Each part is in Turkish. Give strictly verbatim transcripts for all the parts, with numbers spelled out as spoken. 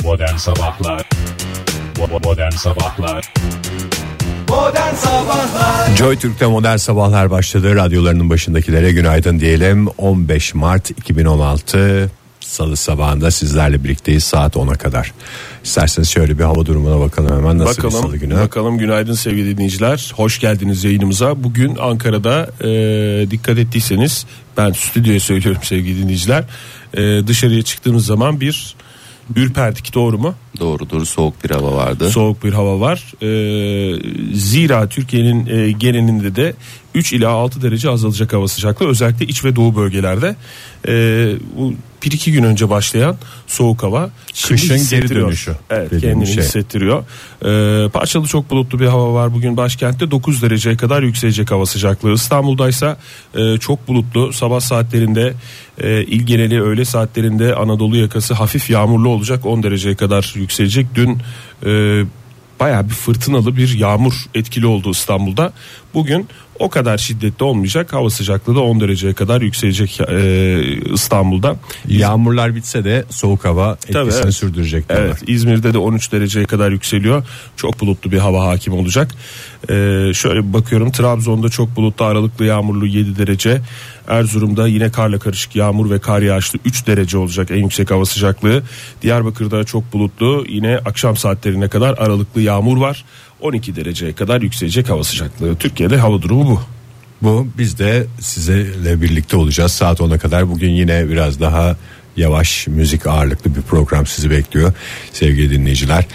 Modern Sabahlar Modern Sabahlar Modern Sabahlar Joy Türk'te Modern Sabahlar başladı. Radyolarının başındakilere günaydın diyelim. on beş Mart iki bin on altı Salı sabahında sizlerle birlikteyiz saat ona kadar. İsterseniz şöyle bir hava durumuna bakalım hemen. Nasıl bakalım, bir salı günü? Bakalım, günaydın sevgili dinleyiciler. Hoş geldiniz yayınımıza. Bugün Ankara'da e, dikkat ettiyseniz, ben stüdyoya söylüyorum sevgili dinleyiciler. E, dışarıya çıktığınız zaman bir ürperdik, doğru mu? Doğrudur, soğuk bir hava vardı. Soğuk bir hava var. E, zira Türkiye'nin e, genelinde de üç ila altı derece azalacak hava sıcaklığı. Özellikle iç ve doğu bölgelerde. E, bu bir iki gün önce başlayan soğuk hava Kışın geri dönüşü. Evet, kendini şey. hissettiriyor. Ee, parçalı çok bulutlu bir hava var bugün başkentte. dokuz dereceye kadar yükselecek hava sıcaklığı. İstanbul'daysa e, çok bulutlu. Sabah saatlerinde e, il geneli, öğle saatlerinde Anadolu yakası hafif yağmurlu olacak. on dereceye kadar yükselecek. Dün e, bayağı bir fırtınalı bir yağmur etkili oldu İstanbul'da. Bugün o kadar şiddetli olmayacak. Hava sıcaklığı da on dereceye kadar yükselecek e, İstanbul'da. Yağmurlar bitse de soğuk hava etkisini Tabii, evet. sürdürecek. Evet, İzmir'de de on üç dereceye kadar yükseliyor. Çok bulutlu bir hava hakim olacak. Ee, şöyle bir bakıyorum, Trabzon'da çok bulutlu aralıklı yağmurlu yedi derece. Erzurum'da yine karla karışık yağmur ve kar yağışlı üç derece olacak en yüksek hava sıcaklığı. Diyarbakır'da çok bulutlu, yine akşam saatlerine kadar aralıklı yağmur var. on iki dereceye kadar yükselecek hava sıcaklığı. Türkiye'de hava durumu bu. Bu, biz de sizinle birlikte olacağız saat ona kadar. Bugün yine biraz daha yavaş, müzik ağırlıklı bir program sizi bekliyor sevgili dinleyiciler.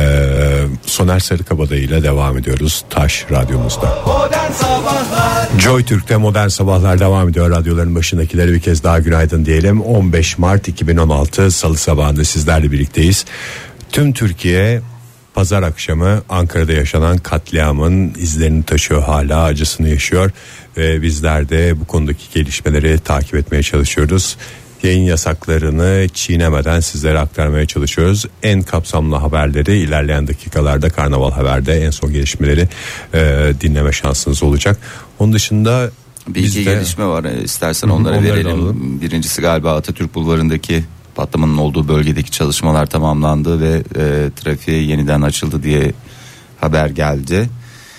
Ee, Soner Sarıkabadayı ile devam ediyoruz Taş Radyomuzda. Modern Sabahlar Joy Türk'te Modern Sabahlar devam ediyor. Radyoların başındakilere bir kez daha günaydın diyelim. on beş Mart iki bin on altı Salı sabahında sizlerle birlikteyiz. Tüm Türkiye pazar akşamı Ankara'da yaşanan katliamın izlerini taşıyor, hala acısını yaşıyor ve bizler de bu konudaki gelişmeleri takip etmeye çalışıyoruz. Yayın yasaklarını çiğnemeden sizlere aktarmaya çalışıyoruz. En kapsamlı haberleri ilerleyen dakikalarda Karnaval Haber'de en son gelişmeleri e, dinleme şansınız olacak. Onun dışında bir iki bizde... gelişme var, istersen onları, onları verelim. Birincisi galiba Atatürk Bulvarı'ndaki patlamanın olduğu bölgedeki çalışmalar tamamlandı ve e, trafiğe yeniden açıldı diye haber geldi.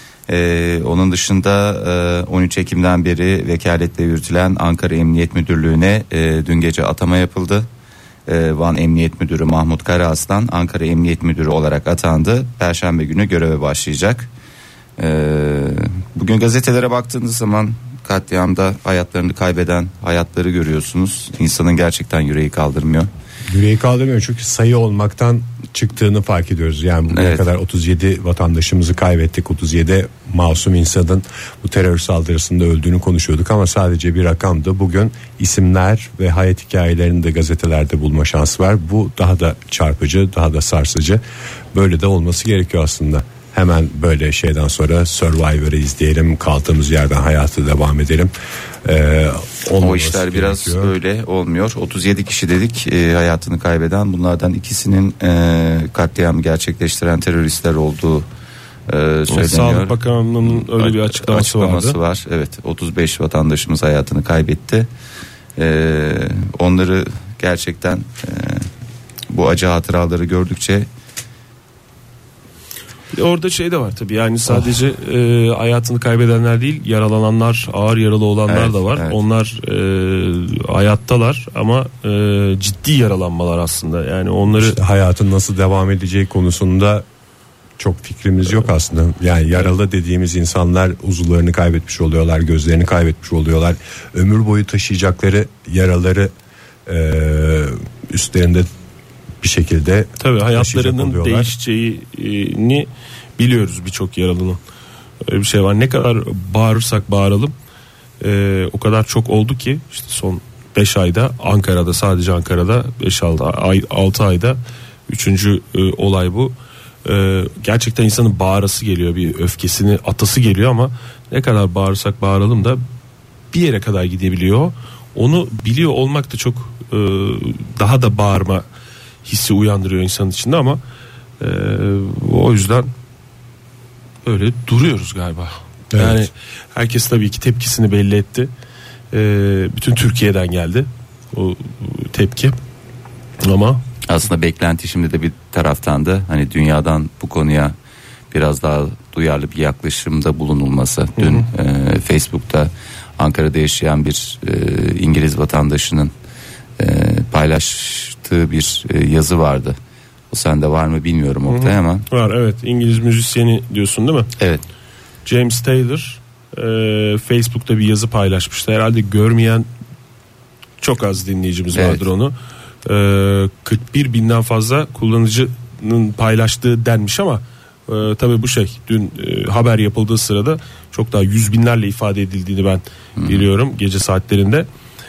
E, onun dışında e, on üç Ekim'den beri vekaletle yürütülen Ankara Emniyet Müdürlüğü'ne e, dün gece atama yapıldı. E, Van Emniyet Müdürü Mahmut Karaaslan Ankara Emniyet Müdürü olarak atandı. Perşembe günü göreve başlayacak. E, bugün gazetelere baktığınız zaman katliamda hayatlarını kaybeden hayatları görüyorsunuz. İnsanın gerçekten yüreği kaldırmıyor. Yüreği kaldırmıyor çünkü sayı olmaktan çıktığını fark ediyoruz. Yani bugüne evet. kadar otuz yedi vatandaşımızı kaybettik. otuz yedi masum insanın bu terör saldırısında öldüğünü konuşuyorduk ama sadece bir rakamdı. Bugün isimler ve hayat hikayelerini de gazetelerde bulma şansı var. Bu daha da çarpıcı, daha da sarsıcı. Böyle de olması gerekiyor aslında. Hemen böyle şeyden sonra Survivor'ı izleyelim, kaldığımız yerden hayatı devam edelim. Ee, o işler biraz gerekiyor. Öyle olmuyor. otuz yedi kişi dedik e, hayatını kaybeden, bunlardan ikisinin e, katliamı gerçekleştiren teröristler olduğu e, söyleniyor. Sağlık Bakanlığı'nın öyle bir açıklaması, açıklaması vardı. var. Evet, otuz beş vatandaşımız hayatını kaybetti. E, onları gerçekten e, bu acı hatıraları gördükçe. Orada şey de var tabii, yani sadece oh. e, hayatını kaybedenler değil, yaralananlar, ağır yaralı olanlar evet, da var. Evet. Onlar e, hayattalar ama e, ciddi yaralanmalar aslında. Yani onları işte hayatın nasıl devam edeceği konusunda çok fikrimiz yok aslında. Yani yaralı dediğimiz insanlar uzuvlarını kaybetmiş oluyorlar, gözlerini kaybetmiş oluyorlar. Ömür boyu taşıyacakları yaraları e, üstlerinde bir şekilde tabii hayatlarının değişeceğini biliyoruz birçok yaralının. Öyle bir şey var. Ne kadar bağırırsak bağıralım e, o kadar çok oldu ki işte son beş ayda Ankara'da, sadece Ankara'da beş altı ayda üçüncü e, olay bu. E, gerçekten insanın bağırası geliyor, bir öfkesini atası geliyor ama ne kadar bağırırsak bağıralım da bir yere kadar gidebiliyor. Onu biliyor olmak da çok e, daha da bağırma hissi uyandırıyor insanın içinde ama e, o yüzden öyle duruyoruz galiba. Evet. Yani herkes tabii ki tepkisini belli etti. E, bütün Türkiye'den geldi o tepki ama Aslında beklenti şimdi de bir taraftan da hani dünyadan bu konuya biraz daha duyarlı bir yaklaşımda bulunulması. Dün hı hı. E, Facebook'ta Ankara'da yaşayan bir e, İngiliz vatandaşının e, paylaştığı bir e, yazı vardı. O sende var mı bilmiyorum Oktay ama. Var, evet. İngiliz müzisyeni diyorsun değil mi? Evet. James Taylor e, Facebook'ta bir yazı paylaşmıştı. Herhalde görmeyen çok az dinleyicimiz evet. vardır onu. E, kırk bir binden fazla kullanıcının paylaştığı denmiş ama e, tabii bu şey dün e, haber yapıldığı sırada çok daha yüz binlerle ifade edildiğini ben hmm. biliyorum gece saatlerinde.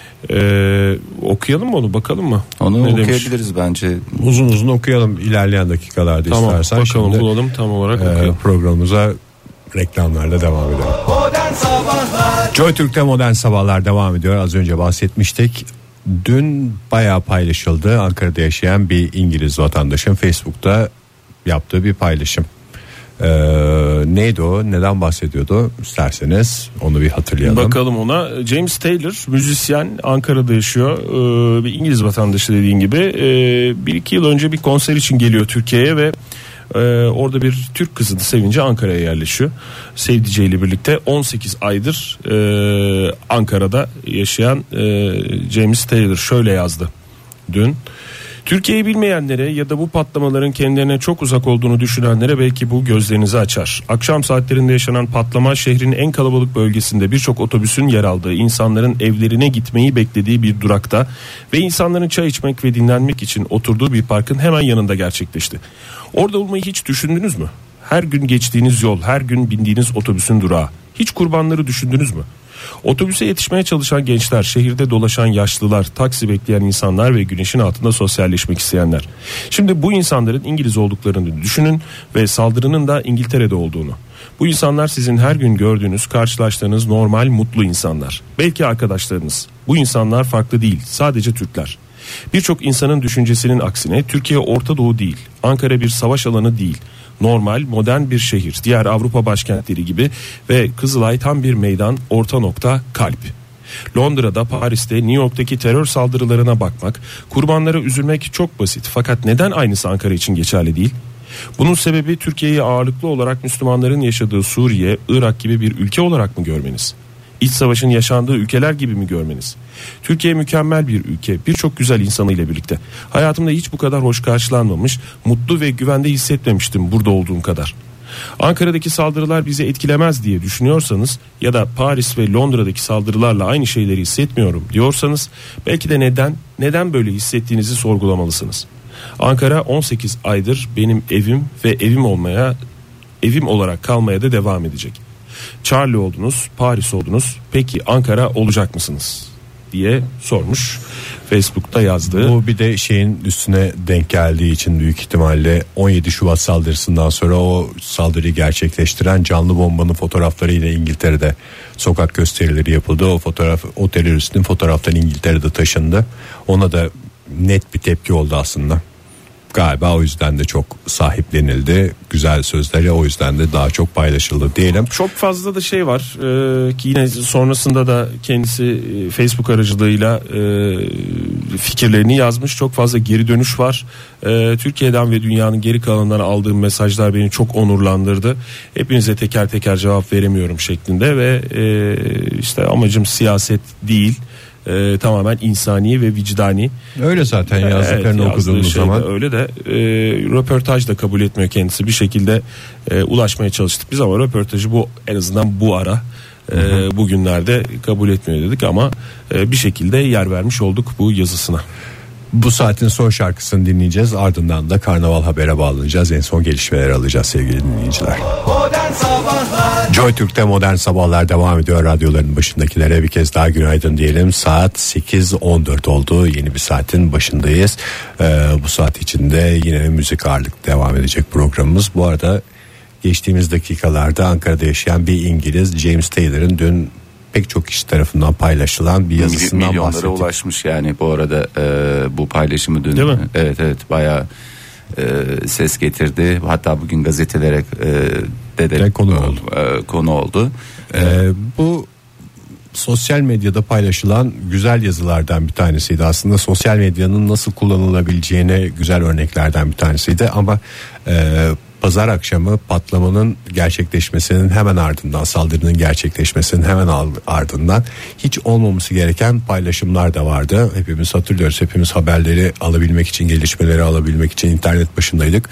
Ee, okuyalım mı onu, bakalım mı? Onu ne okuyabiliriz demiş? Bence. Uzun uzun okuyalım ilerleyen dakikalarda tamam, istersen. Bakalım şimdi bulalım tam olarak e, programımıza reklamlarla devam edelim. Modern Sabahlar. Joy Türk'te Modern Sabahlar devam ediyor. Az önce bahsetmiştik. Dün bayağı paylaşıldı. Ankara'da yaşayan bir İngiliz vatandaşın Facebook'ta yaptığı bir paylaşım. Ee, neydi o? Neden bahsediyordu? İsterseniz onu bir hatırlayalım. Bakalım ona. James Taylor müzisyen, Ankara'da yaşıyor. Ee, bir İngiliz vatandaşı dediğin gibi. Ee, bir iki yıl önce bir konser için geliyor Türkiye'ye ve e, orada bir Türk kızını sevince Ankara'ya yerleşiyor. Sevdiceğiyle birlikte on sekiz aydır e, Ankara'da yaşayan e, James Taylor şöyle yazdı dün. Türkiye'yi bilmeyenlere ya da bu patlamaların kendilerine çok uzak olduğunu düşünenlere belki bu gözlerinizi açar. Akşam saatlerinde yaşanan patlama şehrin en kalabalık bölgesinde birçok otobüsün yer aldığı, insanların evlerine gitmeyi beklediği bir durakta ve insanların çay içmek ve dinlenmek için oturduğu bir parkın hemen yanında gerçekleşti. Orada olmayı hiç düşündünüz mü? Her gün geçtiğiniz yol, her gün bindiğiniz otobüsün durağı. Hiç kurbanları düşündünüz mü? Otobüse yetişmeye çalışan gençler, şehirde dolaşan yaşlılar, taksi bekleyen insanlar ve güneşin altında sosyalleşmek isteyenler. Şimdi bu insanların İngiliz olduklarını düşünün ve saldırının da İngiltere'de olduğunu. Bu insanlar sizin her gün gördüğünüz, karşılaştığınız normal, mutlu insanlar. Belki arkadaşlarınız. Bu insanlar farklı değil, sadece Türkler. Birçok insanın düşüncesinin aksine Türkiye Orta Doğu değil, Ankara bir savaş alanı değil. Normal, modern bir şehir, diğer Avrupa başkentleri gibi ve Kızılay tam bir meydan, orta nokta, kalp. Londra'da, Paris'te, New York'taki terör saldırılarına bakmak, kurbanlara üzülmek çok basit. Fakat neden aynısı Ankara için geçerli değil? Bunun sebebi Türkiye'yi ağırlıklı olarak Müslümanların yaşadığı Suriye, Irak gibi bir ülke olarak mı görmeniz? İç savaşın yaşandığı ülkeler gibi mi görmeniz? Türkiye mükemmel bir ülke, birçok güzel insanıyla birlikte. Hayatımda hiç bu kadar hoş karşılanmamış, mutlu ve güvende hissetmemiştim burada olduğum kadar. Ankara'daki saldırılar bizi etkilemez diye düşünüyorsanız ya da Paris ve Londra'daki saldırılarla aynı şeyleri hissetmiyorum diyorsanız belki de neden, neden böyle hissettiğinizi sorgulamalısınız. Ankara on sekiz aydır benim evim ve evim olmaya, evim olarak kalmaya da devam edecek. Charlie oldunuz, Paris oldunuz. Peki Ankara olacak mısınız diye sormuş. Facebook'ta yazdığı. Bu bir de şeyin üstüne denk geldiği için büyük ihtimalle on yedi Şubat saldırısından sonra o saldırıyı gerçekleştiren canlı bombanın fotoğraflarıyla İngiltere'de sokak gösterileri yapıldı. O fotoğraf, o teröristin fotoğraftan İngiltere'de taşındı. Ona da net bir tepki oldu aslında. Galiba o yüzden de çok sahiplenildi. Güzel sözleri o yüzden de daha çok paylaşıldı diyelim. Çok fazla da şey var ee, ki yine sonrasında da kendisi e, Facebook aracılığıyla e, fikirlerini yazmış. Çok fazla geri dönüş var. E, Türkiye'den ve dünyanın geri kalanından aldığım mesajlar beni çok onurlandırdı. Hepinize teker teker cevap veremiyorum şeklinde ve e, işte amacım siyaset değil. Ee, tamamen insani ve vicdani. Öyle zaten yazdıklarını evet, okuduğumuz zaman. Öyle de e, röportaj da kabul etmiyor kendisi. Bir şekilde e, ulaşmaya çalıştık biz ama röportajı bu en azından bu ara e, bugünlerde kabul etmiyor dedik ama e, bir şekilde yer vermiş olduk bu yazısına. Bu saatin son şarkısını dinleyeceğiz. Ardından da Karnaval Haber'e bağlanacağız. En son gelişmeleri alacağız sevgili dinleyiciler. Modern Sabahlar. Joy Türk'te Modern Sabahlar devam ediyor. Radyoların başındakilere bir kez daha günaydın diyelim. Saat sekiz on dört oldu. Yeni bir saatin başındayız. Ee, bu saat içinde yine müzik ağırlık devam edecek programımız. Bu arada geçtiğimiz dakikalarda Ankara'da yaşayan bir İngiliz James Taylor'ın dün pek çok kişi tarafından paylaşılan bir yazısından milyonlara bahsettik. ulaşmış yani bu arada e, bu paylaşımı dün. Değil mi? Evet evet bayağı e, ses getirdi. Hatta bugün gazetelere e, de, de konu oldu. E, konu oldu. E, bu sosyal medyada paylaşılan güzel yazılardan bir tanesiydi. Aslında sosyal medyanın nasıl kullanılabileceğine güzel örneklerden bir tanesiydi. Ama e, pazar akşamı patlamanın gerçekleşmesinin hemen ardından, saldırının gerçekleşmesinin hemen ardından hiç olmaması gereken paylaşımlar da vardı. Hepimiz hatırlıyoruz. Hepimiz haberleri alabilmek için, gelişmeleri alabilmek için internet başındaydık.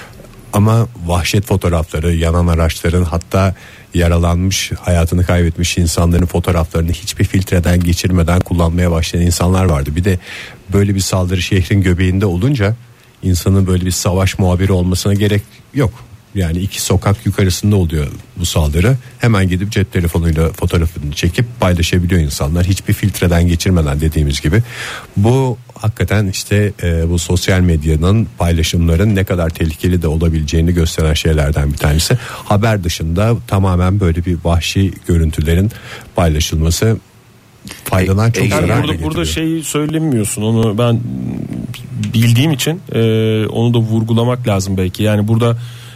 Ama vahşet fotoğrafları, yanan araçların, hatta yaralanmış, hayatını kaybetmiş insanların fotoğraflarını hiçbir filtreden geçirmeden kullanmaya başlayan insanlar vardı. Bir de böyle bir saldırı şehrin göbeğinde olunca insanın böyle bir savaş muhabiri olmasına gerek yok. Yani iki sokak yukarısında oluyor bu saldırı. Hemen gidip cep telefonuyla fotoğrafını çekip paylaşabiliyor insanlar. Hiçbir filtreden geçirmeden, dediğimiz gibi. Bu hakikaten işte e, bu sosyal medyanın, paylaşımların ne kadar tehlikeli de olabileceğini gösteren şeylerden bir tanesi. Haber dışında tamamen böyle bir vahşi görüntülerin paylaşılması faydadan çok zarar yani burada, getiriyor. burada şeyi söylemiyorsun, onu ben bildiğim için e, onu da vurgulamak lazım belki. Yani burada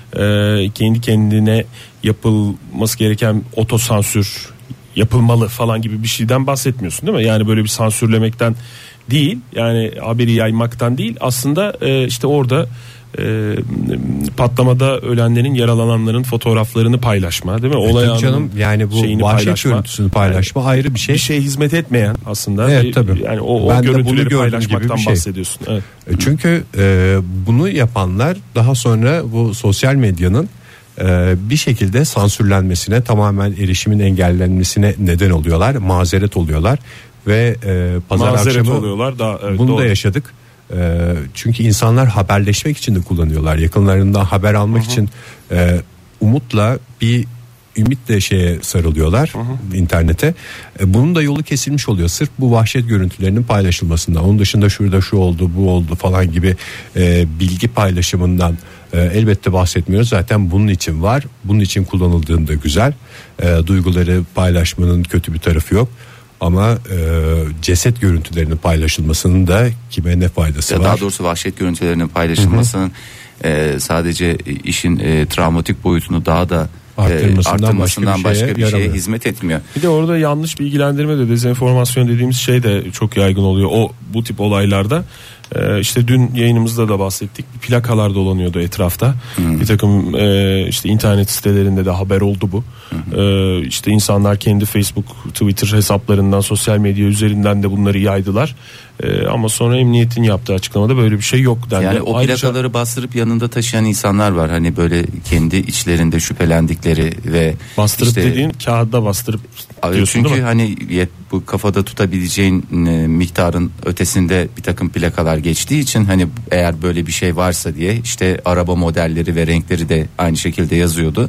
e, kendi kendine yapılması gereken otosansür yapılmalı falan gibi bir şeyden bahsetmiyorsun değil mi? Yani böyle bir sansürlemekten değil, yani haberi yaymaktan değil, aslında e, işte orada e, patlamada ölenlerin, yaralananların fotoğraflarını paylaşma, değil mi? E, Olay canım, yani bu vahşet görüntüsünü paylaşma yani ayrı bir şey. Bir şeye hizmet etmeyen aslında. Evet, tabii. Yani o, ben o görüntüleri paylaşmaktan şey. bahsediyorsun. Evet. Çünkü e, bunu yapanlar daha sonra bu sosyal medyanın e, bir şekilde sansürlenmesine, tamamen erişimin engellenmesine neden oluyorlar, mazeret oluyorlar ve e, pazar mazeret akşamı oluyorlar da, evet, bunu doğru. da yaşadık. E, çünkü insanlar haberleşmek için de kullanıyorlar, yakınlarından haber almak Hı-hı. için e, umutla, bir ümitle şeye sarılıyorlar, Hı-hı. internete. E, bunun da yolu kesilmiş oluyor sırf bu vahşet görüntülerinin paylaşılmasında. Onun dışında şurada şu oldu, bu oldu falan gibi e, bilgi paylaşımından e, elbette bahsetmiyoruz. Zaten bunun için var. Bunun için kullanıldığında güzel. E, duyguları paylaşmanın kötü bir tarafı yok. Ama e, ceset görüntülerinin paylaşılmasının da kime ne faydası ya var? Daha doğrusu vahşet görüntülerinin paylaşılmasının e, sadece işin e, travmatik boyutunu daha da arttırmasından, arttırmasından başka bir, başka bir şeye yaramıyor. hizmet etmiyor. Bir de orada yanlış bilgilendirme de, dezenformasyon dediğimiz şey de çok yaygın oluyor. O bu tip olaylarda e, işte dün yayınımızda da bahsettik. Plakalar dolanıyordu etrafta. Hmm. Bir takım e, işte internet sitelerinde de haber oldu bu. Hmm. E, işte insanlar kendi Facebook, Twitter hesaplarından, sosyal medya üzerinden de bunları yaydılar. E, ama sonra emniyetin yaptığı açıklamada böyle bir şey yok dendi. Yani o Ayrıca, plakaları bastırıp yanında taşıyan insanlar var. Hani böyle kendi içlerinde şüphelendikleri ve bastırıp işte, dediğin kağıda bastırıp diyorsun, çünkü hani bu kafada tutabileceğin e, miktarın ötesinde bir takım plakalar geçtiği için, hani eğer böyle bir şey varsa diye, işte araba modelleri ve renkleri de aynı şekilde yazıyordu.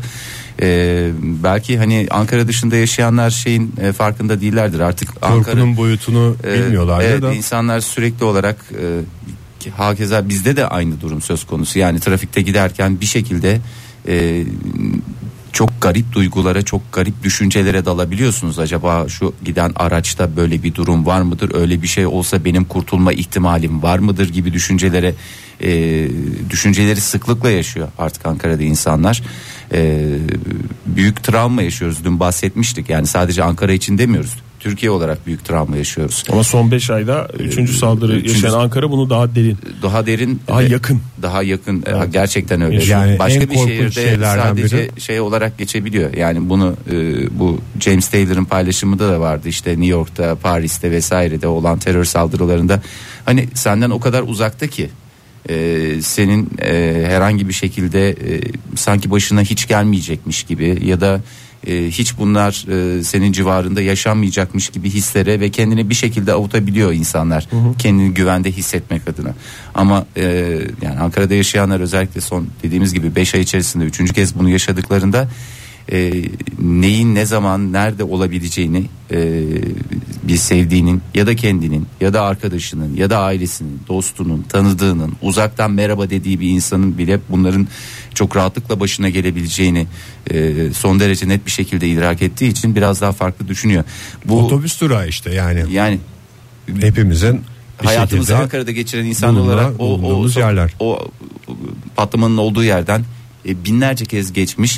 Ee, belki hani Ankara dışında yaşayanlar şeyin e, farkında değillerdir artık. Korkunun Ankara, boyutunu e, bilmiyorlardı evet, da. insanlar sürekli olarak e, hakeza bizde de aynı durum söz konusu. Yani trafikte giderken bir şekilde e, çok garip duygulara, çok garip düşüncelere dalabiliyorsunuz. Acaba şu giden araçta böyle bir durum var mıdır? Öyle bir şey olsa benim kurtulma ihtimalim var mıdır gibi düşüncelere e, düşünceleri sıklıkla yaşıyor artık Ankara'da insanlar. E, büyük travma yaşıyoruz. Dün bahsetmiştik. Yani sadece Ankara için demiyoruz. Türkiye olarak büyük travma yaşıyoruz. Ama son beş ayda üçüncü saldırı Üçüncü, yaşayan Ankara bunu daha derin. Daha derin. Daha yakın. Daha yakın. Evet. Gerçekten öyle. Yani başka bir şehirde sadece biri. şey olarak geçebiliyor. Yani bunu e, bu James Taylor'ın paylaşımında da vardı. İşte New York'ta, Paris'te vesairede olan terör saldırılarında hani senden o kadar uzakta ki e, senin e, herhangi bir şekilde e, sanki başına hiç gelmeyecekmiş gibi ya da e, hiç bunlar e, senin civarında yaşanmayacakmış gibi hislere ve kendini bir şekilde avutabiliyor insanlar. Hı hı. Kendini güvende hissetmek adına. Ama e, yani Ankara'da yaşayanlar özellikle son dediğimiz gibi beş ay içerisinde üçüncü kez bunu yaşadıklarında e, neyin ne zaman nerede olabileceğini e, bir sevdiğinin ya da kendinin ya da arkadaşının ya da ailesinin, dostunun, tanıdığının, uzaktan merhaba dediği bir insanın bile bunların çok rahatlıkla başına gelebileceğini e, son derece net bir şekilde idrak ettiği için biraz daha farklı düşünüyor. Bu otobüs durağı işte yani. Yani hepimizin hayatımızı Ankara'da geçiren insan bulunma, olarak o o, yerler. o patlamanın olduğu yerden e, binlerce kez geçmiş.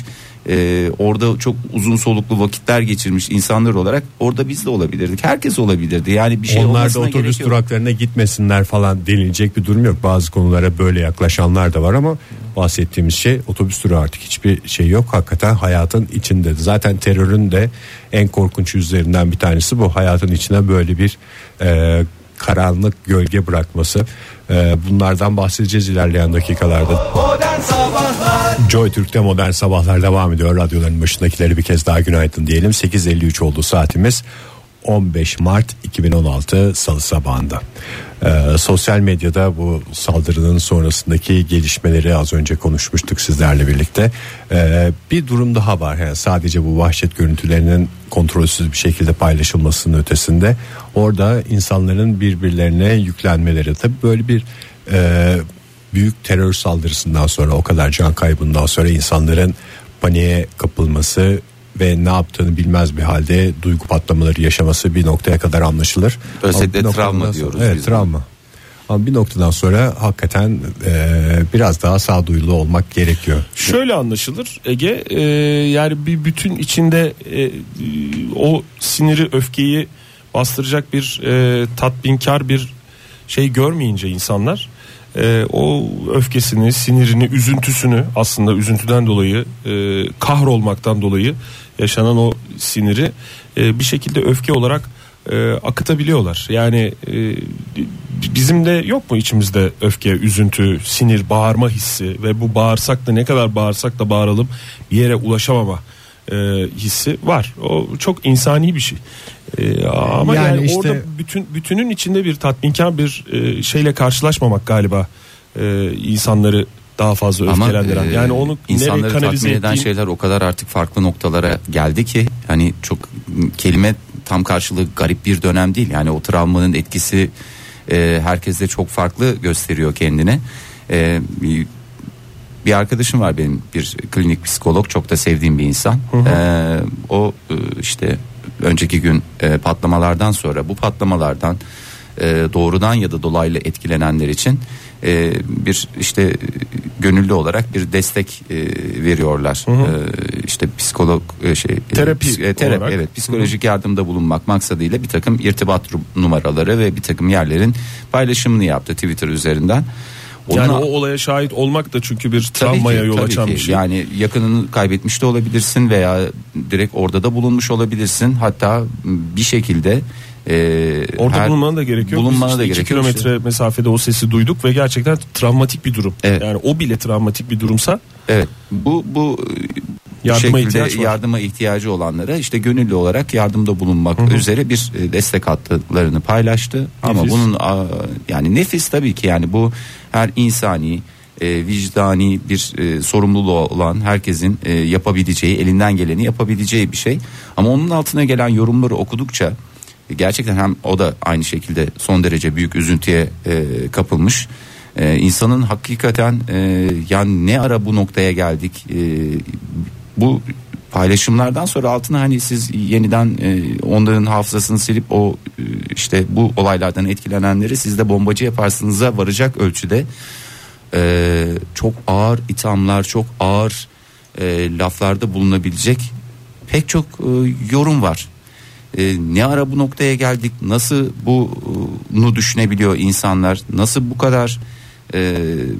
Ee, orada çok uzun soluklu vakitler geçirmiş insanlar olarak orada biz de olabilirdik. Herkes olabilirdi. Yani bir şey onlar olmasına da otobüs gerek yok. duraklarına gitmesinler falan denilecek bir durum yok. Bazı konulara böyle yaklaşanlar da var ama bahsettiğimiz şey otobüs durağı, artık hiçbir şey yok. Hakikaten hayatın içinde. Zaten terörün de en korkunç yüzlerinden bir tanesi bu. Hayatın içine böyle bir e, karanlık gölge bırakması. E, bunlardan bahsedeceğiz ilerleyen dakikalarda. Modern Sabahlar. Joy Türk'te Modern Sabahlar devam ediyor. Radyoların başındakileri bir kez daha günaydın diyelim. sekiz elli üç oldu saatimiz. on beş Mart iki bin on altı Salı sabahında. Ee, sosyal medyada bu saldırının sonrasındaki gelişmeleri az önce konuşmuştuk sizlerle birlikte. Ee, bir durum daha var. Yani sadece bu vahşet görüntülerinin kontrolsüz bir şekilde paylaşılmasının ötesinde orada insanların birbirlerine yüklenmeleri. Tabii böyle bir e, büyük terör saldırısından sonra, o kadar can kaybından sonra insanların paniğe kapılması ve ne yaptığını bilmez bir halde duygu patlamaları yaşaması bir noktaya kadar anlaşılır. Özellikle travma sonra, diyoruz. Evet, biz travma. Ama bir noktadan sonra hakikaten e, biraz daha sağduyulu olmak gerekiyor. Şöyle anlaşılır Ege, e, yani bir bütün içinde e, o siniri, öfkeyi bastıracak bir e, tatminkar bir şey görmeyince insanlar e, o öfkesini, sinirini, üzüntüsünü, aslında üzüntüden dolayı, e, kahrolmaktan dolayı yaşanan o siniri e, bir şekilde öfke olarak e, akıtabiliyorlar. Yani e, bizim de yok mu içimizde öfke, üzüntü, sinir, bağırma hissi ve bu bağırsak da ne kadar bağırsak da bağıralım bir yere ulaşamama e, hissi var. O çok insani bir şey. E, ama yani, yani işte, orada bütün bütünün içinde bir tatminkar bir e, şeyle karşılaşmamak galiba e, insanları daha fazla öfkelendiren. Ama, e, yani onu insanları tatmin kanalize eden ettiğin... şeyler o kadar artık farklı noktalara geldi ki hani çok kelime tam karşılığı garip bir dönem değil. Yani o travmanın etkisi e, herkeste çok farklı gösteriyor kendini. E, bir arkadaşım var benim, bir klinik psikolog, çok da sevdiğim bir insan. Hı hı. E, o işte önceki gün e, patlamalardan sonra bu patlamalardan e, doğrudan ya da dolaylı etkilenenler için e, bir işte gönüllü olarak bir destek e, veriyorlar. Hı hı. E, işte psikolog e, şey terapi, psik, e, terapi olarak. Evet, psikolojik hı hı. yardımda bulunmak maksadıyla bir takım irtibat numaraları ve bir takım yerlerin paylaşımını yaptı Twitter üzerinden. Onun yani o olaya şahit olmak da çünkü bir travmaya ki, yol açan ki. bir şey. Yani yakınını kaybetmiş de olabilirsin veya direkt orada da bulunmuş olabilirsin. Hatta bir şekilde e, orada her, bulunmana da gerek yok. Bulunmana da işte iki kilometre işte. mesafede o sesi duyduk ve gerçekten travmatik bir durum. Evet. Yani o bile travmatik bir durumsa. Evet. Bu bu yardıma şekilde yardıma ihtiyacı olanlara işte gönüllü olarak yardımda bulunmak hı hı. üzere bir destek hatlarını paylaştı. Nefis. Ama bunun yani nefis tabii ki, yani bu her insani e, vicdani bir e, sorumluluğu olan herkesin e, yapabileceği, elinden geleni yapabileceği bir şey. Ama onun altına gelen yorumları okudukça e, gerçekten hem o da aynı şekilde son derece büyük üzüntüye e, kapılmış. E, insanın hakikaten e, yani ne ara bu noktaya geldik, e, bu paylaşımlardan sonra altına hani siz yeniden e, onların hafızasını silip o e, işte bu olaylardan etkilenenleri siz de bombacı yaparsınız'a varacak ölçüde e, çok ağır ithamlar, çok ağır e, laflarda bulunabilecek pek çok e, yorum var. E, ne ara bu noktaya geldik, nasıl bunu düşünebiliyor insanlar, nasıl bu kadar e,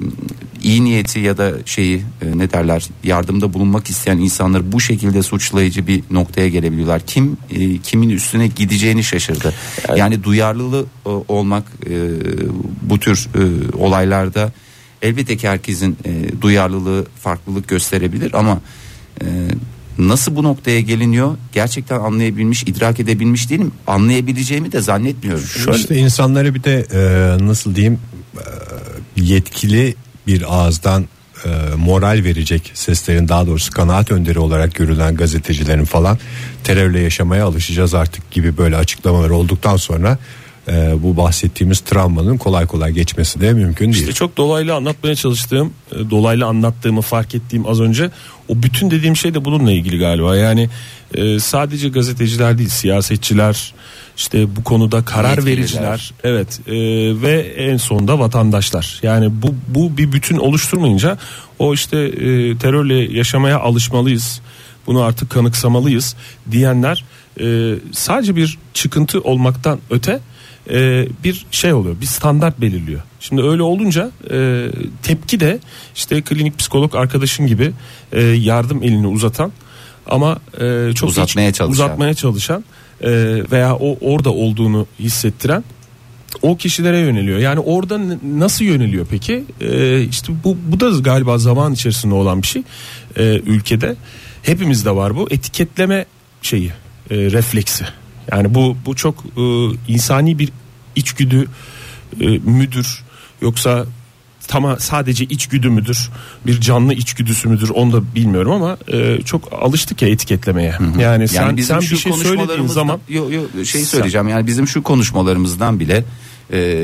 iyi niyeti ya da şeyi e, ne derler yardımda bulunmak isteyen insanları bu şekilde suçlayıcı bir noktaya gelebiliyorlar. Kim e, kimin üstüne gideceğini şaşırdı. Yani, yani duyarlı e, olmak e, bu tür e, olaylarda elbette ki herkesin e, duyarlılığı farklılık gösterebilir ama e, nasıl bu noktaya geliniyor gerçekten anlayabilmiş, idrak edebilmiş değilim. Anlayabileceğimi de zannetmiyorum. Şöyle işte insanları bir de e, nasıl diyeyim e, yetkili bir ağızdan e, moral verecek seslerin, daha doğrusu kanaat önderi olarak görülen gazetecilerin falan terörle yaşamaya alışacağız artık gibi böyle açıklamalar olduktan sonra e, bu bahsettiğimiz travmanın kolay kolay geçmesi de mümkün değil. İşte çok dolaylı anlatmaya çalıştığım, e, dolaylı anlattığımı fark ettiğim az önce o bütün dediğim şey de bununla ilgili galiba. Yani e, sadece gazeteciler değil, siyasetçiler, işte bu konuda karar Yetkililer. vericiler, evet e, ve en sonunda vatandaşlar. Yani bu bu bir bütün oluşturmayınca o işte e, terörle yaşamaya alışmalıyız, bunu artık kanıksamalıyız diyenler e, sadece bir çıkıntı olmaktan öte e, bir şey oluyor, bir standart belirliyor. Şimdi öyle olunca e, tepki de işte klinik psikolog arkadaşın gibi e, yardım elini uzatan ama e, çok uzatmaya hiç, çalışan, uzatmaya çalışan e, veya o orada olduğunu hissettiren o kişilere yöneliyor. Yani orada n- nasıl yöneliyor peki? E, işte bu bu da galiba zaman içerisinde olan bir şey e, ülkede. Hepimizde var bu etiketleme şeyi, e, refleksi. Yani bu bu çok e, insani bir içgüdü e, müdür, yoksa tama sadece içgüdü müdür, bir canlı içgüdüsü müdür, onu da bilmiyorum ama e, çok alıştık ya etiketlemeye. Hı hı. Yani sen yani sen bir şey söylediğin zaman yo, yo, şey söyleyeceğim. Yani bizim şu konuşmalarımızdan bile e,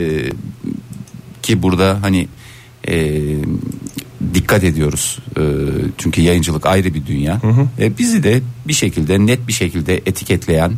ki burada hani e, dikkat ediyoruz. E, çünkü yayıncılık ayrı bir dünya. Hı hı. E, bizi de bir şekilde, net bir şekilde etiketleyen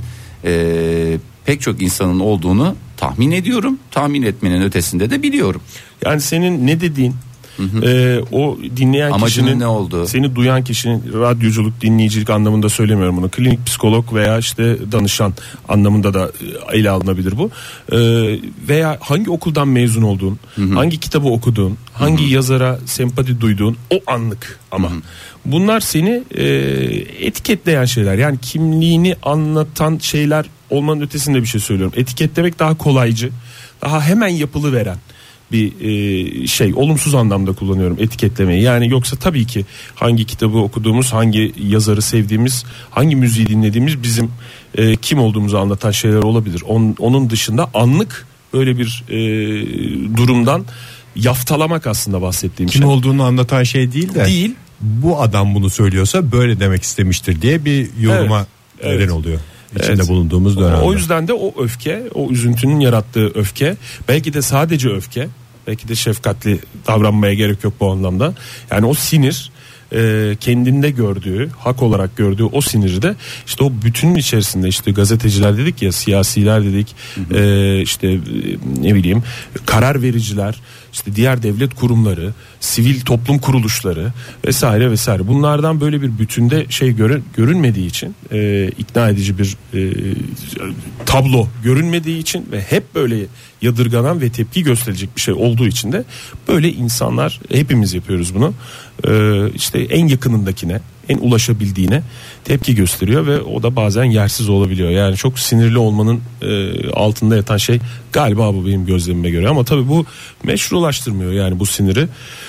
e, pek çok insanın olduğunu tahmin ediyorum. Tahmin etmenin ötesinde de biliyorum. Yani senin ne dediğin, hı hı. E, o dinleyen amacının kişinin, ne olduğu, seni duyan kişinin, radyoculuk, dinleyicilik anlamında söylemiyorum bunu. Klinik psikolog veya işte danışan anlamında da ele alınabilir bu. E, veya hangi okuldan mezun olduğun, hı hı. hangi kitabı okuduğun, hangi hı hı. yazara sempati duyduğun, o anlık ama. Hı hı. Bunlar seni e, etiketleyen şeyler. Yani kimliğini anlatan şeyler olmanın ötesinde bir şey söylüyorum. Etiketlemek daha kolaycı, daha hemen yapılıveren bir e, şey. Olumsuz anlamda kullanıyorum etiketlemeyi. Yani yoksa tabii ki hangi kitabı okuduğumuz, hangi yazarı sevdiğimiz, hangi müziği dinlediğimiz bizim e, kim olduğumuzu anlatan şeyler olabilir. On, onun dışında anlık öyle bir e, durumdan yaftalamak aslında bahsettiğim kim şey. Kim olduğunu anlatan şey değil de. Değil. Bu adam bunu söylüyorsa böyle demek istemiştir diye bir yoruma evet, neden evet. oluyor. İçinde evet. bulunduğumuz dönemde. O yüzden de o öfke, o üzüntünün yarattığı öfke, belki de sadece öfke, belki de şefkatli davranmaya gerek yok bu anlamda. Yani o sinir, e, kendinde gördüğü, hak olarak gördüğü o siniri de işte o bütünün içerisinde, işte gazeteciler dedik ya, siyasiler dedik, hı hı. E, işte e, ne bileyim karar vericiler, işte diğer devlet kurumları, sivil toplum kuruluşları vesaire vesaire. Bunlardan böyle bir bütünde şey görün, görünmediği için, e, ikna edici bir e, tablo görünmediği için ve hep böyle yadırganan ve tepki gösterilecek bir şey olduğu için de böyle insanlar, hepimiz yapıyoruz bunu. E, işte en yakınındakine, en ulaşabildiğine tepki gösteriyor ve o da bazen yersiz olabiliyor. Yani çok sinirli olmanın e, altında yatan şey galiba bu, benim gözlemime göre. Ama tabii bu meşrulaştırmıyor yani bu siniri.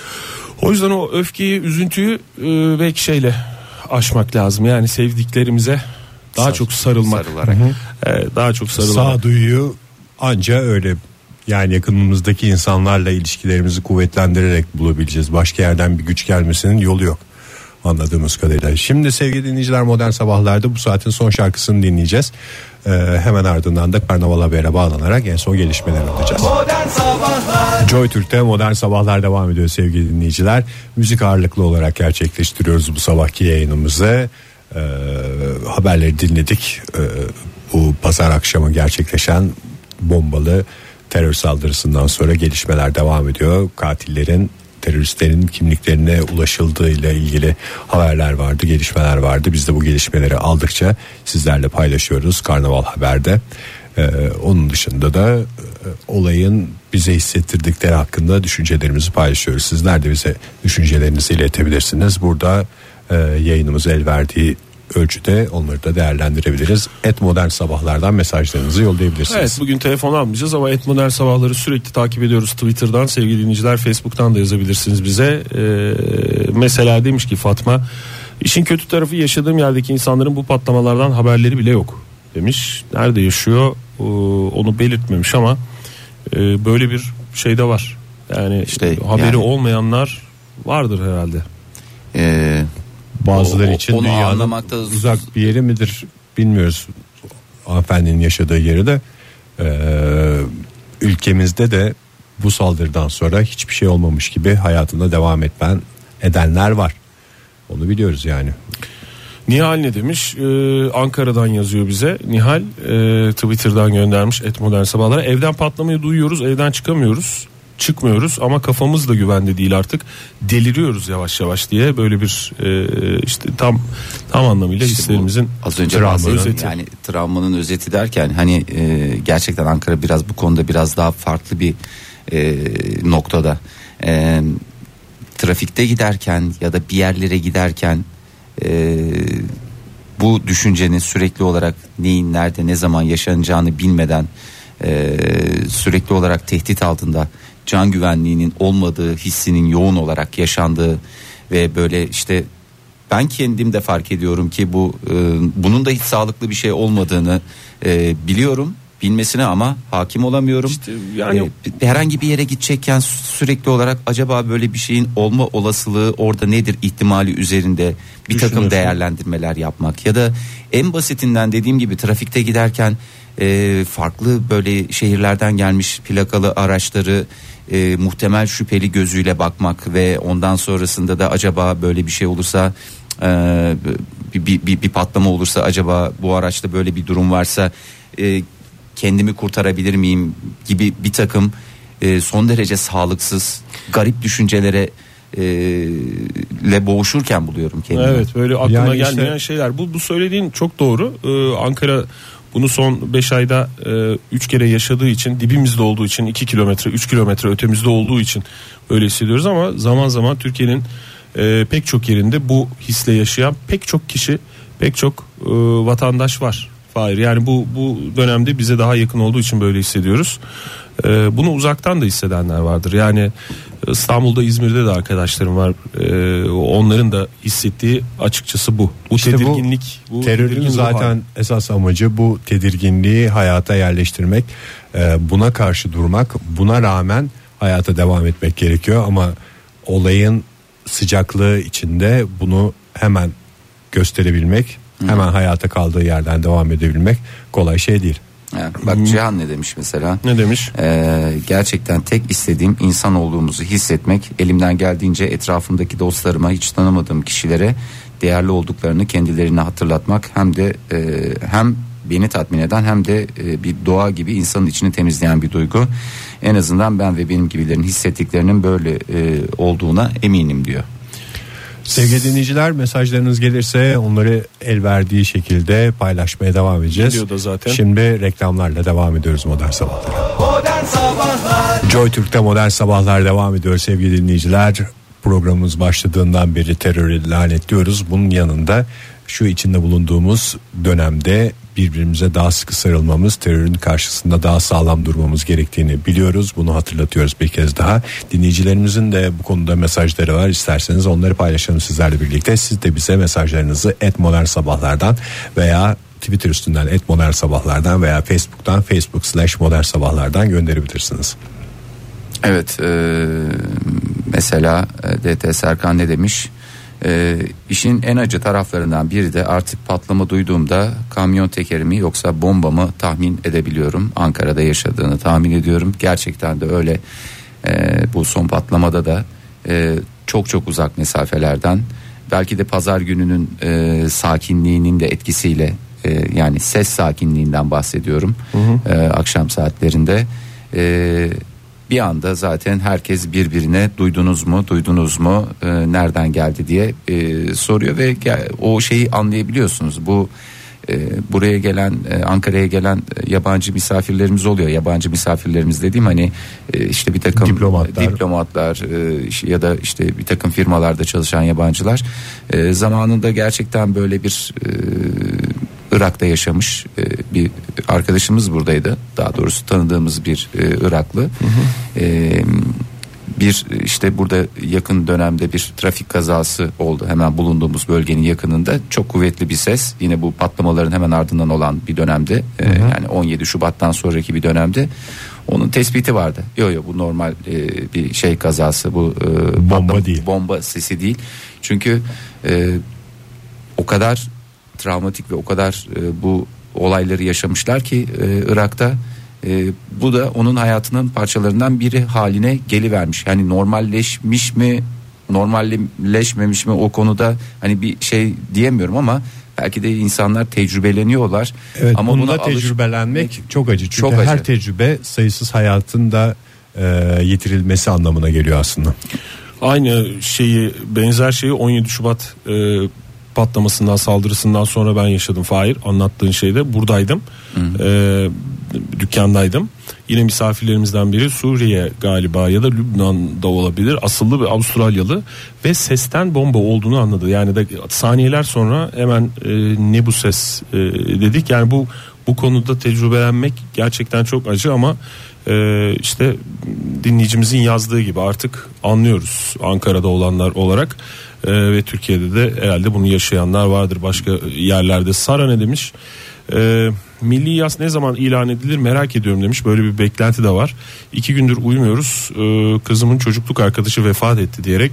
O yüzden o öfkeyi, üzüntüyü e, belki şeyle aşmak lazım. Yani sevdiklerimize daha Sar, çok sarılmak. Sarılarak. E, daha çok sarılarak. Sağduyuyu anca öyle, yani yakınımızdaki insanlarla ilişkilerimizi kuvvetlendirerek bulabileceğiz. Başka yerden bir güç gelmesinin yolu yok anladığımız kadarıyla. Şimdi sevgili dinleyiciler, Modern Sabahlar'da bu saatin son şarkısını dinleyeceğiz. Ee, hemen ardından da Karnaval Haber'e bağlanarak en son gelişmeleri alacağız. Modern Sabahlar. Joy Türk'te Modern Sabahlar devam ediyor sevgili dinleyiciler. Müzik ağırlıklı olarak gerçekleştiriyoruz bu sabahki yayınımızı. Ee, haberleri dinledik. Ee, bu pazar akşamı gerçekleşen bombalı terör saldırısından sonra gelişmeler devam ediyor. Katillerin, teröristlerin kimliklerine ulaşıldığıyla ilgili haberler vardı, gelişmeler vardı. Biz de bu gelişmeleri aldıkça sizlerle paylaşıyoruz Karnaval Haber'de. Ee, onun dışında da e, olayın bize hissettirdikleri hakkında düşüncelerimizi paylaşıyoruz. Sizler de bize düşüncelerinizi iletebilirsiniz. Burada e, yayınımız el verdiği ölçüde onları da değerlendirebiliriz. Et Modern Sabahlar'dan mesajlarınızı yollayabilirsiniz. Evet, bugün telefon almayacağız ama Et Modern Sabahları sürekli takip ediyoruz Twitter'dan. Sevgili dinleyiciler, Facebook'tan da yazabilirsiniz bize. Ee, mesela demiş ki Fatma, işin kötü tarafı yaşadığım yerdeki insanların bu patlamalardan haberleri bile yok demiş. Nerede yaşıyor ee, onu belirtmemiş ama e, böyle bir şey de var. Yani işte haberi yani, olmayanlar vardır herhalde. Eee Bazıları o, için dünyanın uzak bir yeri midir bilmiyoruz. Hanımefendinin yaşadığı yeri de e, ülkemizde de bu saldırıdan sonra hiçbir şey olmamış gibi hayatında devam etmen edenler var. Onu biliyoruz yani. Nihal ne demiş? Ee, Ankara'dan yazıyor bize. Nihal e, Twitter'dan göndermiş et modern sabahlara. Evden patlamayı duyuyoruz, evden çıkamıyoruz. Çıkmıyoruz ama kafamız da güvende değil artık. Deliriyoruz yavaş yavaş diye böyle bir e, işte tam tam anlamıyla işte hislerimizin az önce travmanın özeti. Yani travmanın özeti derken hani e, gerçekten Ankara biraz bu konuda biraz daha farklı bir e, noktada. E, trafikte giderken ya da bir yerlere giderken e, bu düşüncenin sürekli olarak neyin nerede ne zaman yaşanacağını bilmeden e, sürekli olarak tehdit altında, can güvenliğinin olmadığı hissinin yoğun olarak yaşandığı ve böyle işte ben kendim de fark ediyorum ki bu e, bunun da hiç sağlıklı bir şey olmadığını e, biliyorum, bilmesine ama hakim olamıyorum. İşte yani e, herhangi bir yere gidecekken sürekli olarak acaba böyle bir şeyin olma olasılığı orada nedir ihtimali üzerinde bir takım değerlendirmeler yapmak ya da en basitinden dediğim gibi trafikte giderken e, farklı böyle şehirlerden gelmiş plakalı araçları E, muhtemel şüpheli gözüyle bakmak ve ondan sonrasında da acaba böyle bir şey olursa e, bir, bir, bir, bir patlama olursa acaba bu araçta böyle bir durum varsa e, kendimi kurtarabilir miyim gibi bir takım e, son derece sağlıksız garip düşüncelere e, ile boğuşurken buluyorum kendimi. Evet, böyle aklıma yani gelmeyen işte şeyler. Bu, bu söylediğin çok doğru. Ee, Ankara bunu son beş ayda üç e, kere yaşadığı için, dibimizde olduğu için, iki kilometre üç kilometre ötemizde olduğu için öyle hissediyoruz ama zaman zaman Türkiye'nin e, pek çok yerinde bu hisle yaşayan pek çok kişi, pek çok e, vatandaş var. Hayır, yani bu bu dönemde bize daha yakın olduğu için böyle hissediyoruz. E, bunu uzaktan da hissedenler vardır. Yani İstanbul'da, İzmir'de de arkadaşlarım var. E, onların da hissettiği açıkçası bu. Bu işte tedirginlik. Bu, bu terörün zaten hali. Esas amacı bu tedirginliği hayata yerleştirmek. E, buna karşı durmak, buna rağmen hayata devam etmek gerekiyor ama olayın sıcaklığı içinde bunu hemen gösterebilmek, Hı. hemen hayata kaldığı yerden devam edebilmek kolay şey değil. Yani bak hmm. Cihan ne demiş mesela? Ne demiş? Ee, gerçekten tek istediğim insan olduğumuzu hissetmek. Elimden geldiğince etrafımdaki dostlarıma, hiç tanımadığım kişilere değerli olduklarını kendilerine hatırlatmak. Hem de e, hem beni tatmin eden hem de e, bir doğa gibi insanın içini temizleyen bir duygu. En azından ben ve benim gibilerin hissettiklerinin böyle e, olduğuna eminim diyor. Sevgili dinleyiciler, mesajlarınız gelirse onları el verdiği şekilde paylaşmaya devam edeceğiz. Geliyor da zaten. Şimdi reklamlarla devam ediyoruz Modern Sabahlar'a. Modern Sabahlar. Joy Türk'te Modern Sabahlar devam ediyor sevgili dinleyiciler. Programımız başladığından beri terörü lanetliyoruz. Bunun yanında şu içinde bulunduğumuz dönemde birbirimize daha sıkı sarılmamız, terörün karşısında daha sağlam durmamız gerektiğini biliyoruz. Bunu hatırlatıyoruz bir kez daha. Dinleyicilerimizin de bu konuda mesajları var. İsterseniz onları paylaşalım sizlerle birlikte. Siz de bize mesajlarınızı et modern sabahlardan veya Twitter üstünden et modern sabahlardan veya Facebook'tan Facebook slash modern sabahlardan gönderebilirsiniz. Evet, e, mesela D T Serkan ne demiş? E, işin en acı taraflarından biri de artık patlama duyduğumda kamyon tekeri mi yoksa bomba mı tahmin edebiliyorum. Ankara'da yaşadığını tahmin ediyorum. Gerçekten de öyle. E, bu son patlamada da e, çok çok uzak mesafelerden, belki de pazar gününün e, sakinliğinin de etkisiyle, e, yani ses sakinliğinden bahsediyorum. Hı hı. E, akşam saatlerinde e, bir anda zaten herkes birbirine duydunuz mu duydunuz mu e, nereden geldi diye e, soruyor ve o şeyi anlayabiliyorsunuz. Bu e, buraya gelen e, Ankara'ya gelen e, yabancı misafirlerimiz oluyor. Yabancı misafirlerimiz dediğim hani e, işte bir takım diplomatlar, diplomatlar e, ya da işte bir takım firmalarda çalışan yabancılar e, zamanında gerçekten böyle bir e, Irak'ta yaşamış e, bir arkadaşımız buradaydı. Daha doğrusu tanıdığımız bir e, Iraklı. Hı hı. E, bir işte burada yakın dönemde bir trafik kazası oldu. Hemen bulunduğumuz bölgenin yakınında çok kuvvetli bir ses. Yine bu patlamaların hemen ardından olan bir dönemde. E, hı hı. Yani on yedi Şubat'tan sonraki bir dönemde. Onun tespiti vardı. Yok yok bu normal e, bir şey kazası. Bu e, bomba patlam- değil. Bomba sesi değil. Çünkü e, o kadar travmatik ve o kadar e, bu olayları yaşamışlar ki e, Irak'ta e, bu da onun hayatının parçalarından biri haline gelivermiş. Yani normalleşmiş mi normalleşmemiş mi o konuda hani bir şey diyemiyorum ama belki de insanlar tecrübeleniyorlar. Evet, ama bunda buna tecrübelenmek alış- çok acı. Çünkü çok her acı. tecrübe sayısız hayatın da e, yitirilmesi anlamına geliyor aslında. Aynı şeyi, benzer şeyi on yedi Şubat e, patlamasından, saldırısından sonra ben yaşadım Fahir. Anlattığın şeyde buradaydım. E, dükkandaydım. Yine misafirlerimizden biri Suriye galiba ya da Lübnan'da olabilir. Asıllı bir Avustralyalı ve sesten bomba olduğunu anladı. Yani de saniyeler sonra hemen e, ne bu ses e, dedik. Yani bu bu konuda tecrübelenmek gerçekten çok acı ama e, işte dinleyicimizin yazdığı gibi artık anlıyoruz Ankara'da olanlar olarak. Ee, ve Türkiye'de de herhalde bunu yaşayanlar vardır başka yerlerde. Sara ne demiş? Ee, Milli yas ne zaman ilan edilir merak ediyorum demiş. Böyle bir beklenti de var. İki gündür uyumuyoruz. Ee, kızımın çocukluk arkadaşı vefat etti diyerek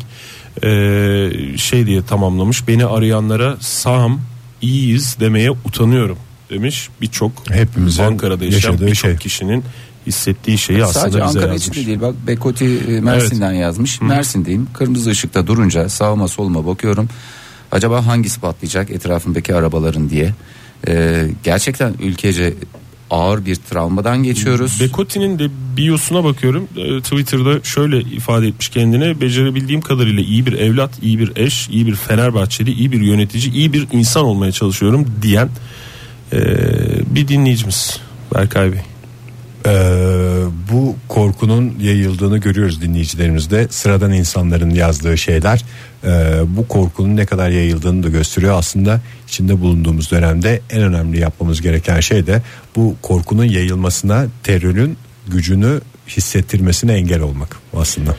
ee, şey diye tamamlamış. Beni arayanlara sağım, iyiyiz demeye utanıyorum demiş. Birçok hepimizin Ankara'da yaşayan birçok şey. kişinin hissettiği şeyi aslında sadece bize Ankara yazmış. içinde değil, bak Bekoti Mersin'den evet. yazmış. Hı. Mersin'deyim, kırmızı ışıkta durunca sağıma soluma bakıyorum, acaba hangisi patlayacak etrafımdaki arabaların diye. Ee, gerçekten ülkece ağır bir travmadan geçiyoruz. Bekoti'nin de biosuna bakıyorum. Ee, Twitter'da şöyle ifade etmiş kendine: becerebildiğim kadarıyla iyi bir evlat, iyi bir eş, iyi bir Fenerbahçeli, iyi bir yönetici, iyi bir insan olmaya çalışıyorum diyen ee, bir dinleyicimiz Berkay Bey. Ee, bu korkunun yayıldığını görüyoruz dinleyicilerimizde. Sıradan insanların yazdığı şeyler e, bu korkunun ne kadar yayıldığını da gösteriyor. Aslında içinde bulunduğumuz dönemde en önemli yapmamız gereken şey de bu korkunun yayılmasına, terörün gücünü hissettirmesine engel olmak aslında.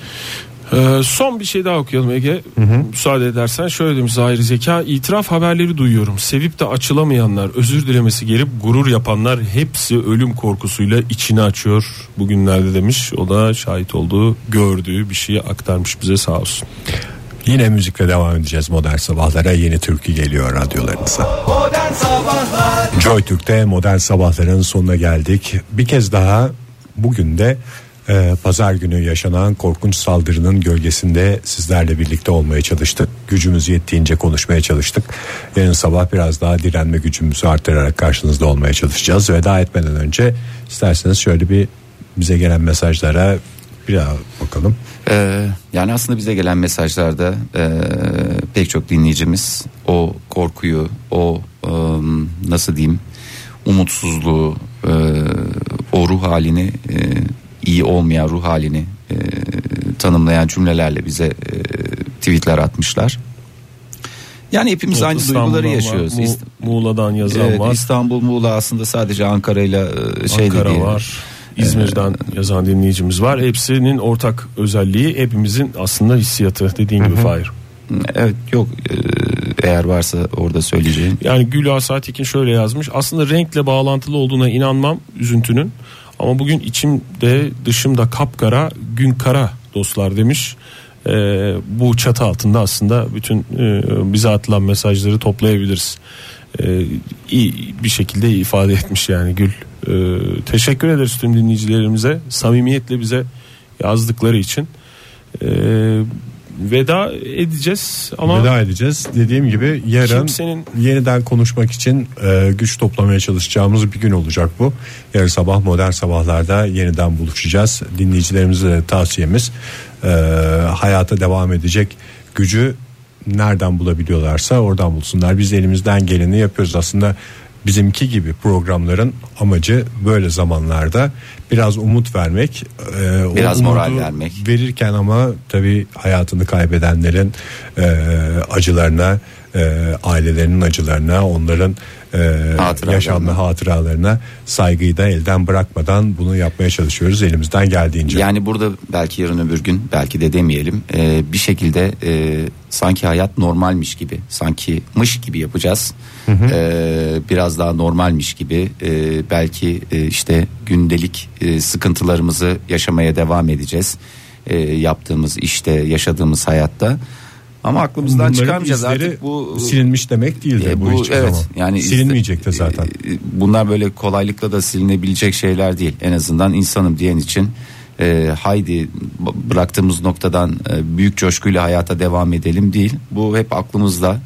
Ee, son bir şey daha okuyalım Ege. Hı hı. Müsaade edersen şöyle demiş Zahir Zeka: itiraf haberleri duyuyorum. Sevip de açılamayanlar, özür dilemesi gelip gurur yapanlar hepsi ölüm korkusuyla içini açıyor bugünlerde demiş. O da şahit olduğu, gördüğü bir şeyi aktarmış bize, sağ olsun. Yine müzikle devam edeceğiz Modern Sabahlara. Yeni türkü geliyor radyolarınıza. Modern Sabahlar. Joy Türk'te Modern Sabahların sonuna geldik. Bir kez daha bugün de Ee, Pazar günü yaşanan korkunç saldırının gölgesinde sizlerle birlikte olmaya çalıştık. Gücümüz yettiğince konuşmaya çalıştık. Yarın sabah biraz daha direnme gücümüzü artırarak karşınızda olmaya çalışacağız. Veda etmeden önce isterseniz şöyle bir bize gelen mesajlara bir daha bakalım. Ee, yani aslında bize gelen mesajlarda e, pek çok dinleyicimiz o korkuyu, o e, nasıl diyeyim, umutsuzluğu, e, o ruh halini, e, iyi olmayan ruh halini e, tanımlayan cümlelerle bize e, tweetler atmışlar. Yani hepimiz aynı duyguları yaşıyoruz. Mu- Muğla'dan yazan evet, var. İstanbul, Muğla aslında sadece Ankara'yla e, şey Ankara değil. var. İzmir'den ee, yazan dinleyicimiz var. Hepsinin ortak özelliği hepimizin aslında hissiyatı, dediğin gibi Fahir. Evet, yok e, eğer varsa orada söyleyeceğim. Yani Gül Asatikin şöyle yazmış: aslında renkle bağlantılı olduğuna inanmam üzüntünün. Ama bugün içimde dışımda kapkara, gün kara dostlar demiş. Ee, bu çatı altında aslında bütün e, bize atılan mesajları toplayabiliriz. Ee, iyi bir şekilde ifade etmiş yani Gül. Ee, teşekkür ederiz tüm dinleyicilerimize samimiyetle bize yazdıkları için. Ee, veda edeceğiz ama veda edeceğiz. Dediğim gibi yarın kimsenin... yeniden konuşmak için e, güç toplamaya çalışacağımız bir gün olacak bu. Yarın sabah Modern Sabahlar'da yeniden buluşacağız. Dinleyicilerimize de tavsiyemiz e, hayata devam edecek gücü nereden bulabiliyorlarsa oradan bulsunlar. Biz elimizden geleni yapıyoruz. Aslında bizimki gibi programların amacı böyle zamanlarda biraz umut vermek, e, biraz moral vermek. Verirken ama tabii hayatını kaybedenlerin e, acılarına, e, ailelerinin acılarına, onların e, yaşamlı hatıralarına saygıyı da elden bırakmadan bunu yapmaya çalışıyoruz elimizden geldiğince. Yani burada belki yarın öbür gün, belki de demeyelim, e, bir şekilde e, sanki hayat normalmiş gibi, sanki mış gibi yapacağız. Hı hı. E, biraz daha normalmiş gibi e, belki e, işte gündelik e, sıkıntılarımızı yaşamaya devam edeceğiz. E, yaptığımız işte, yaşadığımız hayatta. Ama aklımızdan bunların çıkarmayacağız artık. Bu silinmiş demek değildir e, bu, bu hiçbir evet, zaman. Yani silinmeyecek de zaten. E, bunlar böyle kolaylıkla da silinebilecek şeyler değil. En azından insanım diyen için e, haydi bıraktığımız noktadan e, büyük coşkuyla hayata devam edelim değil. Bu hep aklımızda.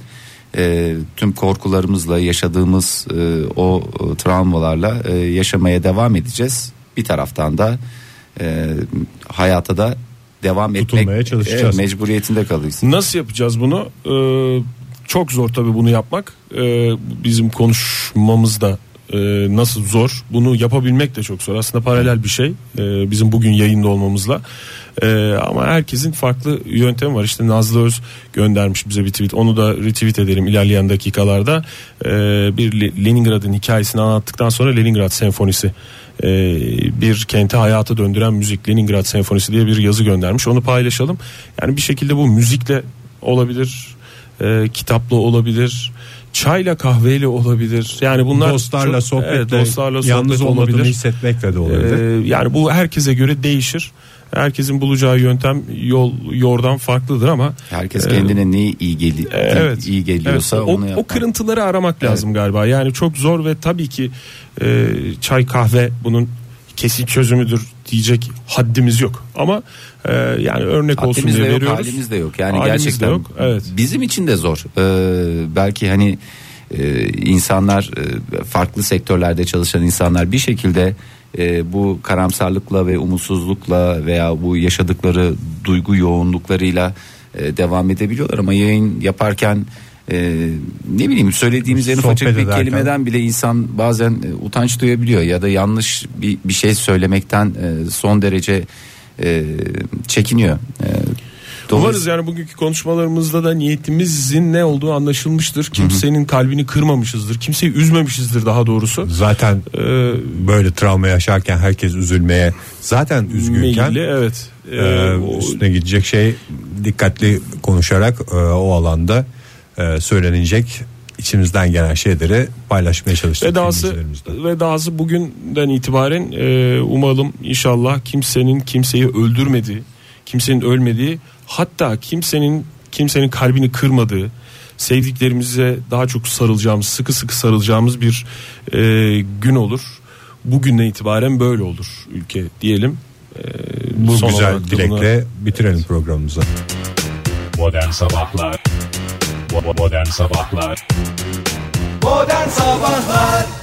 E, tüm korkularımızla yaşadığımız e, o e, travmalarla e, yaşamaya devam edeceğiz. Bir taraftan da e, hayata da devam etmek çalışacağız. E, mecburiyetinde kalıyoruz. Nasıl yapacağız bunu? Ee, çok zor tabii bunu yapmak. Ee, bizim konuşmamızda e, nasıl zor? Bunu yapabilmek de çok zor. Aslında paralel bir şey. Ee, bizim bugün yayında olmamızla. Ee, ama herkesin farklı yöntemi var. İşte Nazlı Öz göndermiş bize bir tweet. Onu da retweet edelim ilerleyen dakikalarda. Ee, bir Leningrad'ın hikayesini anlattıktan sonra Leningrad Senfonisi, ee, bir kenti hayata döndüren müzik, Leningrad Senfonisi diye bir yazı göndermiş. Onu paylaşalım. Yani bir şekilde bu müzikle olabilir, e, kitapla olabilir, çayla kahveyle olabilir. Yani bunlar dostlarla çok, sohbetle, evet, dostlarla yalnız sohbet olmadığını olabilir. hissetmekle de olabilir. Ee, yani bu herkese göre değişir. Herkesin bulacağı yöntem, yol, yordan farklıdır ama herkes kendine e, neyi iyi, geli, evet, iyi geliyorsa evet, onu o, yapar. o kırıntıları aramak evet. lazım galiba. Yani çok zor ve tabii ki e, çay kahve bunun kesin çözümüdür diyecek haddimiz yok. Ama e, yani örnek haddimiz olsun diye de yok, veriyoruz. halimiz de yok. Yani halimiz gerçekten de yok. Evet. Bizim için de zor. Ee, belki hani e, insanlar e, farklı sektörlerde çalışan insanlar bir şekilde e, bu karamsarlıkla ve umutsuzlukla veya bu yaşadıkları duygu yoğunluklarıyla e, devam edebiliyorlar ama yayın yaparken e, ne bileyim söylediğimiz en ufacık bir ederken kelimeden bile insan bazen e, utanç duyabiliyor ya da yanlış bir, bir şey söylemekten e, son derece e, çekiniyor. E, Umarız yani bugünkü konuşmalarımızda da niyetimizin ne olduğu anlaşılmıştır. Kimsenin hı hı. kalbini kırmamışızdır. Kimseyi üzmemişizdir daha doğrusu. Zaten ee, böyle travma yaşarken herkes üzülmeye zaten üzgünken meyilli, evet. Ee, e, üstüne gidecek şey dikkatli konuşarak e, o alanda e, söylenecek içimizden gelen şeyleri paylaşmaya çalıştık. Ve dahası, ve dahası bugünden itibaren e, umalım inşallah kimsenin kimseyi öldürmediği, kimsenin ölmediği, hatta kimsenin kimsenin kalbini kırmadığı, sevdiklerimize daha çok sarılacağımız, sıkı sıkı sarılacağımız bir e, gün olur. Bugünden itibaren böyle olur ülke diyelim. E, Bu güzel dilekle buna bitirelim programımızı. Modern Sabahlar Modern Sabahlar Modern Sabahlar